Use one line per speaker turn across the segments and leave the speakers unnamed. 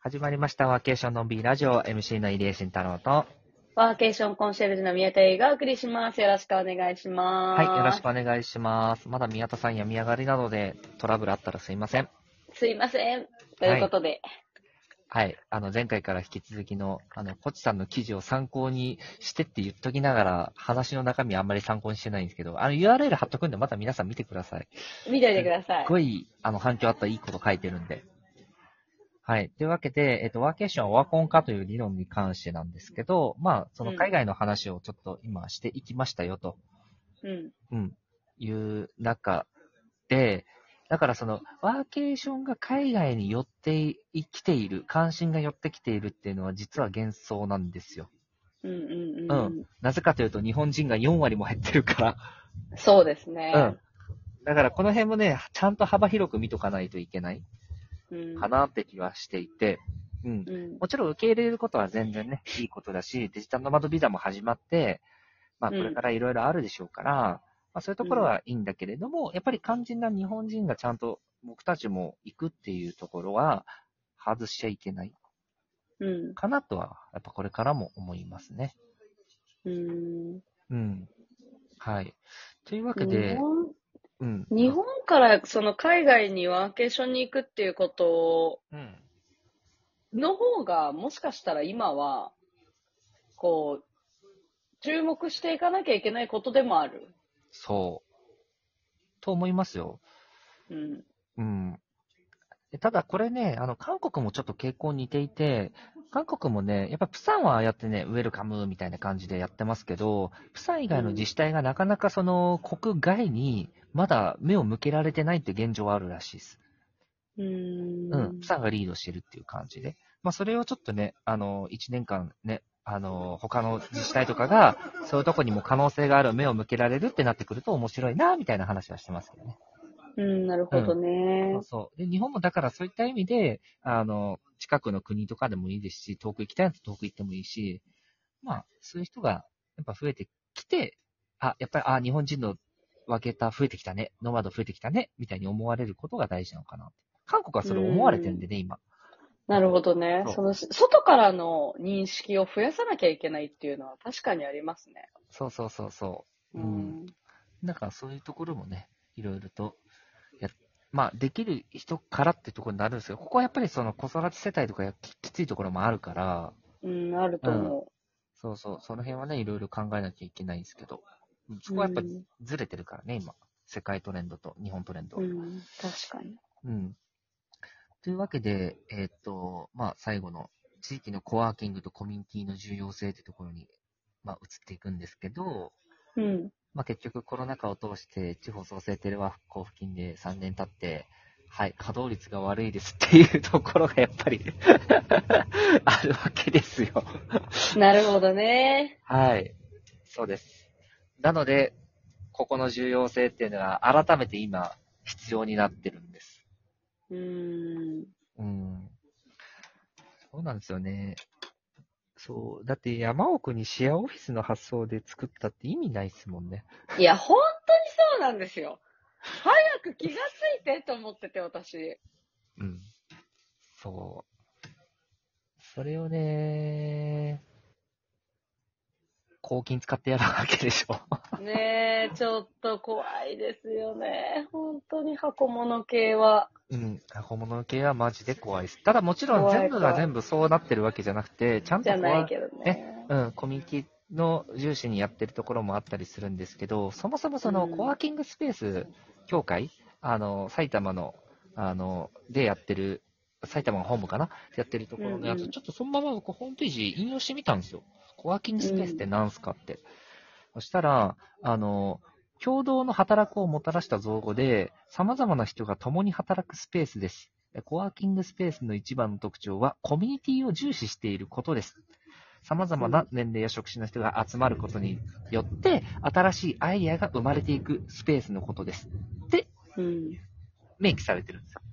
始まりました。ワーケーションのんびりラジオ MC の入江慎太郎と。
ワーケーションコンシェルジュの宮田優がお送りします。よろしくお願いし
はい、よろし
ます。
くお願いします。まだ宮田さん病み上がりなどでトラブルあったらすいません。
すいません。とい
はい。
うことで。
はい。前回から引き続きの、ポチさんの記事を参考にしてって言っときながら、話の中身あんまり参考にしてないんですけど、URL 貼っとくんで、また皆さん見てください。
見ておいてく
すっ
ださい。
ごい、反響あったいいこと書いてるんで。はい。というわけで、ワーケーションはオワコン化という理論に関してなんですけど、その海外の話をちょっと今していきましたよと。
うん。
うん。いう中で、だからその、ワーケーションが海外に寄ってきている、関心が寄ってきているっていうのは実は幻想なんですよ。
うんうん
うん。
うん
なぜかというと日本人が4割も減ってるか
うん。そうです
ら。う
ね。
ん。だからこの辺もね、ちゃんと幅広く見とかないといけない
うん。
かなって気はしていて、うん。
うん。
もちろん受け入れることは全然ね、いいことだし、デジタルノマドビザも始まって、これ
うん。
からいろいろあるでしょうから、そういうところ
うん。
はいいんだけれども、やっぱり肝心な日本人がちゃんと僕たちも行くっていうところは外しちゃいけない
うん。
かなとは、やっぱこれからも思いますね。
うん。
うん。はい。というわけ
日
で、
本、
うん。
日本からその海外にワーケーションに行くっていうこと
うん。
の方が、もしかしたら今は、こう、注目していかなきゃいけないことでもある。
そう。と思いますよ。
うん。
うん。ただこれね、韓国もちょっと傾向似ていて、韓国もね、やっぱプサンはああやってね、ウェルカムみたいな感じでやってますけど、プサン以外の自
うん。
治体がなかなかその国外にまだ目を向けられてないって現状はあるらしいです。
う
うん、プ
ん。
サンがリードしてるっていう感じで。それをちょっとね、1年間ね、他の自治体とかが、そういうとこにも可能性がある目を向けられるってなってくると面白いな、みたいな話はしてますけどね。
うん、なるほど
うん。そう
ね。
そう。で、日本もだからそういった意味で、近くの国とかでもいいですし、遠く行きたいと遠く行ってもいいし、そういう人がやっぱ増えてきて、やっぱり、日本人の分けた増えてきたね、ノマド増えてきたね、みたいに思われることが大事なのかな。韓国は
う
それ思われてるん
ん。
でね、今。や
なる
っぱり。
ほどね。
そう。
その、外からの認識を増やさなきゃいけないっていうのは確かにありますね。
そうそうそうそう。
う
うん。
ん。
だからそういうところもね、いろいろとや、できる人からってところになるんですけど、ここはやっぱりその子育て世帯とかきついところもあるから、
うん、ある
うん。
と思
そうそう、その辺はね、いろいろ考えなきゃいけないんですけど、そ
う。
こはやっぱ
うん。
ずれてるからね、今。世界トレンドと日本トレンドは。
うん。確かに。
うん。というわけで、最後の地域のコワーキングとコミュニティの重要性というところに、移っていくんですけど、
うん。
結局コロナ禍を通して地方創生テレワーク交付金で3年経って、はい、稼働率が悪いですっていうところがやっぱりあるわけですよ。
なるほどね。
はい。そうです。なので、ここの重要性っていうのは改めて今必要になってるんです。
うん。
うん。そうなんですよね。そう。だって山奥にシェアオフィスの発想で作ったって意味ないですもんね。
いや、本当にそうなんですよ。早く気がついてと思ってて、私。
うん。そう。それをね、公金使ってやるわけでしょ。
ねえ、ちょっと怖いですよね。本当に箱物系は。
うん。本物系はマジで怖いです。ただもちろん全部が
怖い怖い。
全部そうなってるわけじゃなくて、ちゃん
じゃ
と
ないけど
ね、
ね。
コミュニティの重視にやってるところもあったりするんですけど、そもそもそのコワ
うん。
ーキングスペース協会、埼玉の、でやってる、埼玉の本部かなやってるところのやつ、
うん
ちょっとそのまま僕ホームページ引用してみたんですよ。コワーキング
うん。
スペースって
うん。
何すかって。そしたら、共同の働くをもたらした造語で、様々な人が共に働くスペースです。コワーキングスペースの一番の特徴は、コミュニティを重視していることです。様々な年齢や職種の人が集まることによって、新しいアイデアが生まれていくスペースのことです。って
うん。
明記されてるんですよ。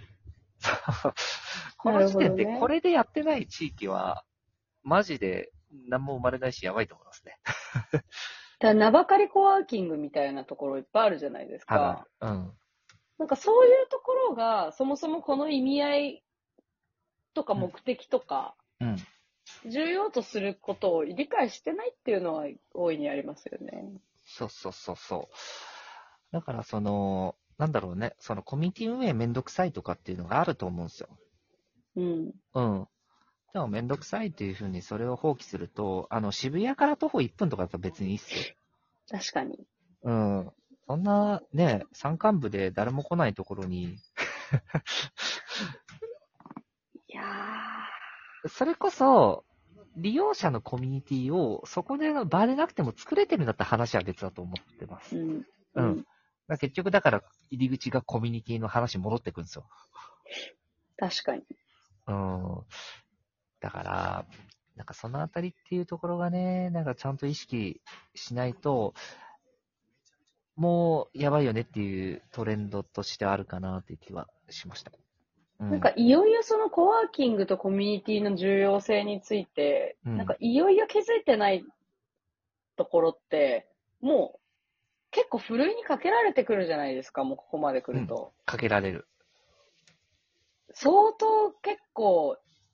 こ
なるほ
の時点
どね。
でこれでやってない地域は、マジで何も生まれないし、やばいと思いますね。
名ばかりコワーキングみたいなところいっぱいあるじゃないですか。
あるある。うん。
なんかそういうところが、そもそもこの意味合いとか目的とか、
うん。
重要とすることを理解してないっていうのは大いにありますよね。
そうそうそうそう。だからなんだろうね、そのコミュニティ運営めんどくさいとかっていうのがあると思うんですよ。
うん。
うん。でもめんどくさいっていうふうにそれを放棄すると、渋谷から徒歩1分とかだったら別にいいっすよ。
確かに。
うん。そんなね、山間部で誰も来ないところに、
いや
それこそ、利用者のコミュニティをそこで場でなくても作れてるんだったら話は別だと思ってます。
うん。
うん。結局だから入り口がコミュニティの話に戻ってくるんですよ。
確かに。
うん。だから、なんかそのあたりっていうところがね、なんかちゃんと意識しないと、もうやばいよねっていうトレンドとしてあるかなっていう気はしました。うん。
なんかいよいよそのコワーキングとコミュニティの重要性について、
うん。
なんかいよいよ気づいてないところって、もう結構ふるいにかけられてくるじゃないですか、もうここまで来
うん。
ると。
かけられる。
相当結構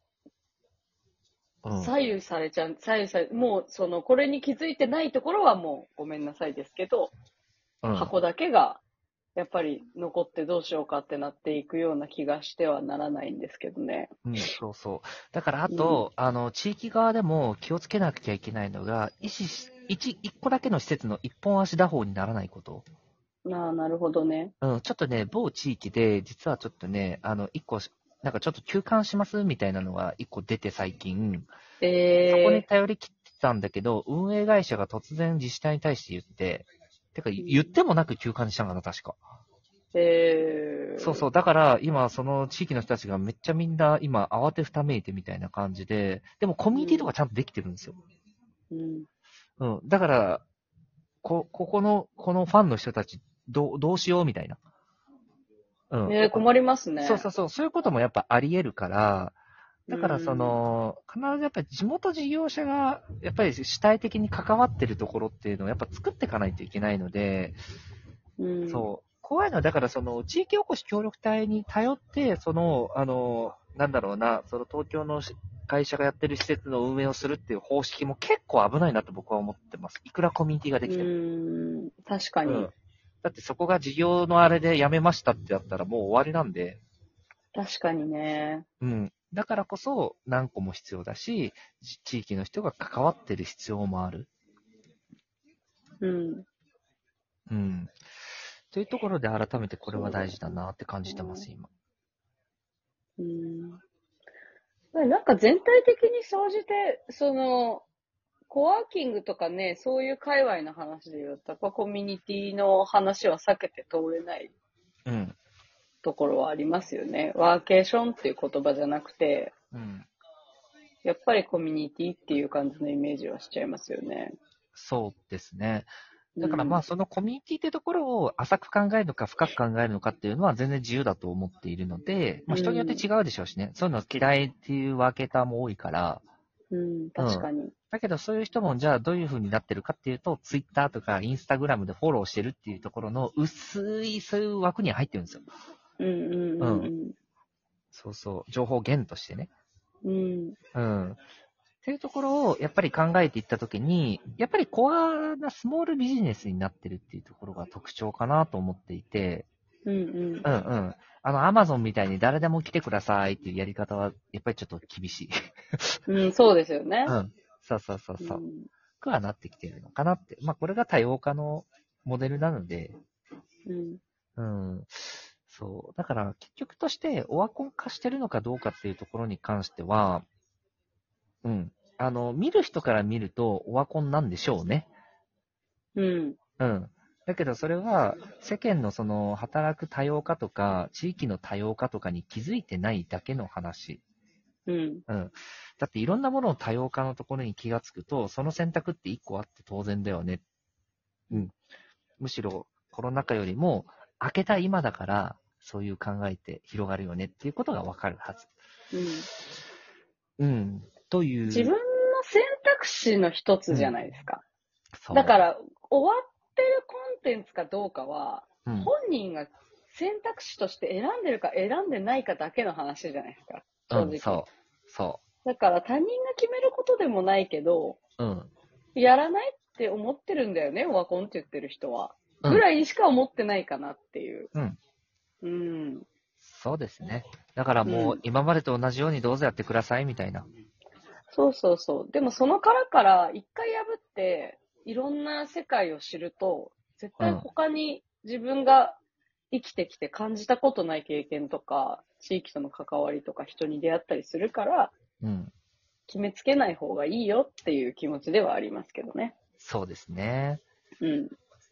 うん。
左右され、もうその、これに気づいてないところはもうごめんなさいですけど、
うん。
箱だけがやっぱり残ってどうしようかってなっていくような気がしてはならないんですけどね。
うん、そうそう。だから、あと、地域側でも気をつけなきゃいけないのが、一個だけの施設の一本足打法にならないこと。
ああ、なるほどね。
うん、ちょっとね、某地域で、実はちょっとね、一個、なんかちょっと休館しますみたいなのが一個出て最近、そこに頼り切ってたんだけど、運営会社が突然自治体に対して言って、てか言ってもなく休館にしたのかな、確か。そうそう。だから、今、その地域の人たちがめっちゃみんな、今、慌てふためいてみたいな感じで、でもコミュニティとかちゃんとできてるんですよ。
うん。
うん。だから、このファンの人たち、どうしようみたいな。うん。
困りますね。
そうそうそう。そういうこともやっぱあり得るから、だから
うん。
必ずやっぱり地元事業者が、やっぱり主体的に関わってるところっていうのをやっぱ作っていかないといけないので、
うん。
そう。怖いのは、だから地域おこし協力隊に頼って、なんだろうな、東京の会社がやってる施設の運営をするっていう方式も結構危ないなと僕は思ってます。いくらコミュニティができても。
確かに。
うん。だってそこが事業のあれでやめましたってやったらもう終わりなんで、
確かにね。
うん。だからこそ何個も必要だし、地域の人が関わってる必要もある。
うん。
うん。というところで改めてこれは大事だなって感じてます、今。
うん。なんか全体的に総じて、その、コワーキングとかね、そういう界隈の話で言うと、やっぱコミュニティの話は避けて通れない
うん。
ところはありますよね。ワーケーションっていう言葉じゃなくて、
うん。
やっぱりコミュニティっていう感じのイメージはしちゃいますよね。
そうですね。だから
うん。
そのコミュニティってところを浅く考えるのか深く考えるのかっていうのは全然自由だと思っているので、人によって違うでしょうしね。そういうの嫌いっていうワーケーターも多いから、
うん、確かに。
だけどそういう人もじゃあどういう風になってるかっていうと、ツイッターとかインスタグラムでフォローしてるっていうところの薄いそういう枠には入ってるんですよ。
うんうん
そうそう。情報源としてね。
うん。うん。
っていうところをやっぱり考えていったときに、やっぱりコアなスモールビジネスになってるっていうところが特徴かなと思っていて、
うんうん。
アマゾンみたいに誰でも来てくださいっていうやり方は、やっぱりちょっと厳しい。
うん、そうですよね。
そうそうそうそう。
うん
くはなってきてるのかなって。これが多様化のモデルなので、
うん
うん。そう。だから、結局として、オワコン化してるのかどうかっていうところに関しては、うん。見る人から見ると、オワコンなんでしょうね。
うん。
うん。だけど、それは、世間の働く多様化とか、地域の多様化とかに気づいてないだけの話。
うん。
うん。だって、いろんなものの多様化のところに気がつくと、その選択って一個あって当然だよね。うん。むしろ、コロナ禍よりも、明けた今だから、そういう考えて広がるよねっていうことがわかるはず。
うん。
うん。という。
自分の選択肢の一つじゃないですか。
そう。
だから、終わってるコンテンツかどうかは、
うん。
本人が選択肢として選んでるか選んでないかだけの話じゃないですか。 正直。
そ
だから他人が決めることでもないけど、
う。うん。
やらないって思ってるんだよね、オワコンって言ってる人は。
うん
ぐらいにしか思ってないかなっていう。
うん。
うん。
そうですね。だからもう
うん。
今までと同じようにどうぞやってくださいみたいな。
そうそうそう。でもその殻から一回破って、いろんな世界を知ると、絶対
うん。
他に自分が生きてきて感じたことない経験とか、地域との関わりとか人に出会ったりするから、
うん。
決めつけない方がいいよっていう気持ちではありますけどね。
そうですね。
うん。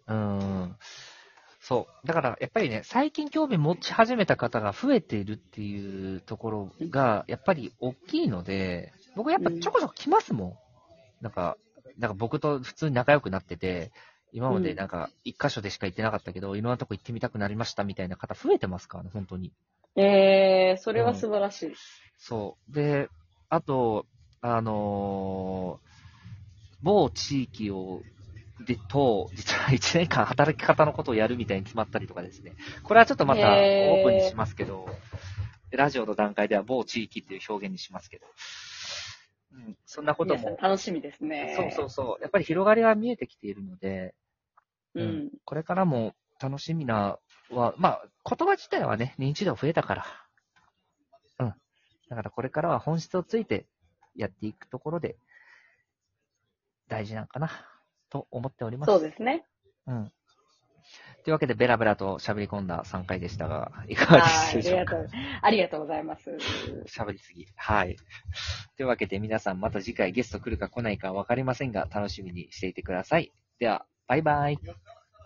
そう。だから、やっぱりね、最近興味持ち始めた方が増えているっていうところが、やっぱり大きいので、僕やっぱちょこちょこ来ますもん。なんか僕と普通に仲良くなってて、今までなんか一箇所でしか行ってなかったけど、いろんなとこ行ってみたくなりましたみたいな方増えてますからね、本当に。
それは
うん。
素晴らしい。
そう。で、あと、某地域実は1年間働き方のことをやるみたいに決まったりとかですね。これはちょっとまたオープンにしますけど、ラジオの段階では某地域っていう表現にしますけど、うん、そんなこと
皆さん
も、
楽しみです
そうそ
ね。
うそう、やっぱり広がりは見えてきているので、うん、
うん。
これからも楽しみまあ、言葉自体はね、認知度増えたから、うん。だからこれからは本質をついてやっていくところで大事なのかな、と思っております。
そうですね。
うん。というわけで、ベラベラと喋り込んだ3回でしたが、いかがでした
はい。
でしょうか。
ありがとうございます。
喋りすぎ。はい。というわけで、皆さんまた次回ゲスト来るか来ないかわかりませんが、楽しみにしていてください。では、バイバイ。